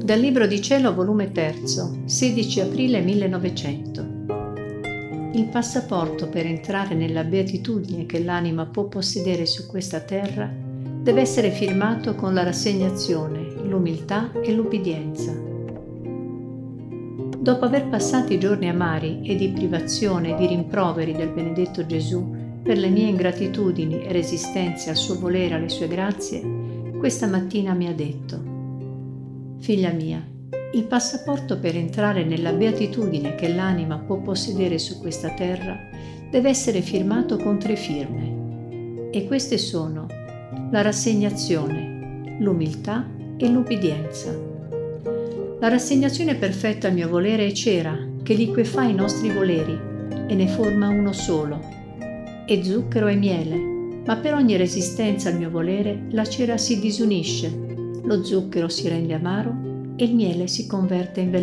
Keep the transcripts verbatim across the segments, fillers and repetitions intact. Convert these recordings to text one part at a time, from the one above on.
Dal Libro di Cielo, volume tre, sedici aprile millenovecento. Il passaporto per entrare nella beatitudine che l'anima può possedere su questa terra deve essere firmato con la rassegnazione, l'umiltà e l'ubbidienza. Dopo aver passato i giorni amari e di privazione e di rimproveri del benedetto Gesù per le mie ingratitudini e resistenze al suo volere e alle sue grazie, questa mattina mi ha detto: «Figlia mia, il passaporto per entrare nella beatitudine che l'anima può possedere su questa terra deve essere firmato con tre firme, e queste sono la rassegnazione, l'umiltà e l'ubbidienza. La rassegnazione perfetta al mio volere è cera, che liquefà i nostri voleri e ne forma uno solo, e zucchero e miele, ma per ogni resistenza al mio volere la cera si disunisce, lo zucchero si rende amaro e il miele si converte in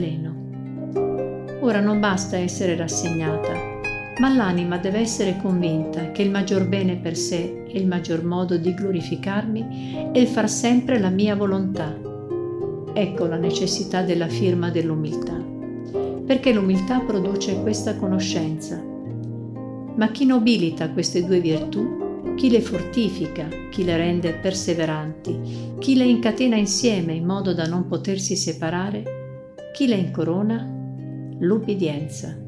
veleno. Ora non basta essere rassegnata, ma l'anima deve essere convinta che il maggior bene per sé e il maggior modo di glorificarmi è il far sempre la mia volontà. Ecco la necessità della firma dell'umiltà, perché l'umiltà produce questa conoscenza. Ma chi nobilita queste due virtù, chi le fortifica, chi le rende perseveranti, chi le incatena insieme in modo da non potersi separare, chi le incorona? L'ubbidienza.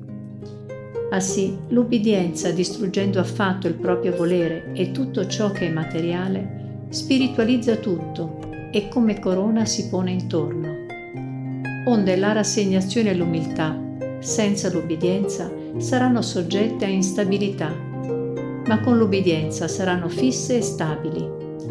Ah sì, l'ubbidienza, distruggendo affatto il proprio volere e tutto ciò che è materiale, spiritualizza tutto e come corona si pone intorno. Onde la rassegnazione e l'umiltà, senza l'ubbidienza, saranno soggette a instabilità, ma con l'ubbidienza saranno fisse e stabili.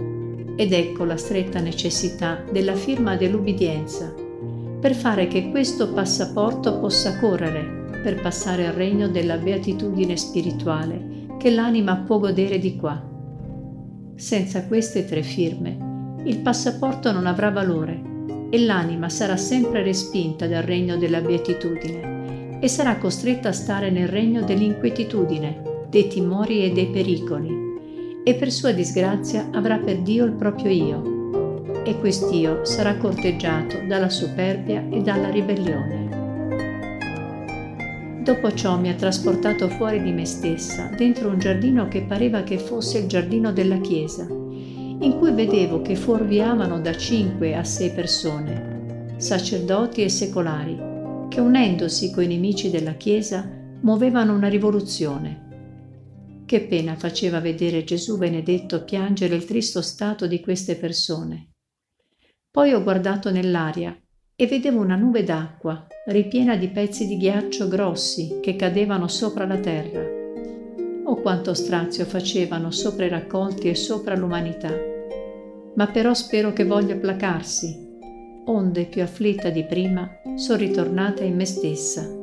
Ed ecco la stretta necessità della firma dell'ubbidienza, per fare che questo passaporto possa correre per passare al regno della beatitudine spirituale che l'anima può godere di qua. Senza queste tre firme, il passaporto non avrà valore e l'anima sarà sempre respinta dal regno della beatitudine e sarà costretta a stare nel regno dell'inquietudine, dei timori e dei pericoli, e per sua disgrazia avrà per Dio il proprio io, e quest'io sarà corteggiato dalla superbia e dalla ribellione. Dopo ciò mi ha trasportato fuori di me stessa, dentro un giardino che pareva che fosse il giardino della chiesa, in cui vedevo che fuorviavano da cinque a sei persone, sacerdoti e secolari, che unendosi coi nemici della chiesa muovevano una rivoluzione. Che pena faceva vedere Gesù benedetto piangere il tristo stato di queste persone. Poi ho guardato nell'aria e vedevo una nube d'acqua ripiena di pezzi di ghiaccio grossi che cadevano sopra la terra. Oh, quanto strazio facevano sopra i raccolti e sopra l'umanità! Ma però spero che voglia placarsi, onde più afflitta di prima son ritornata in me stessa.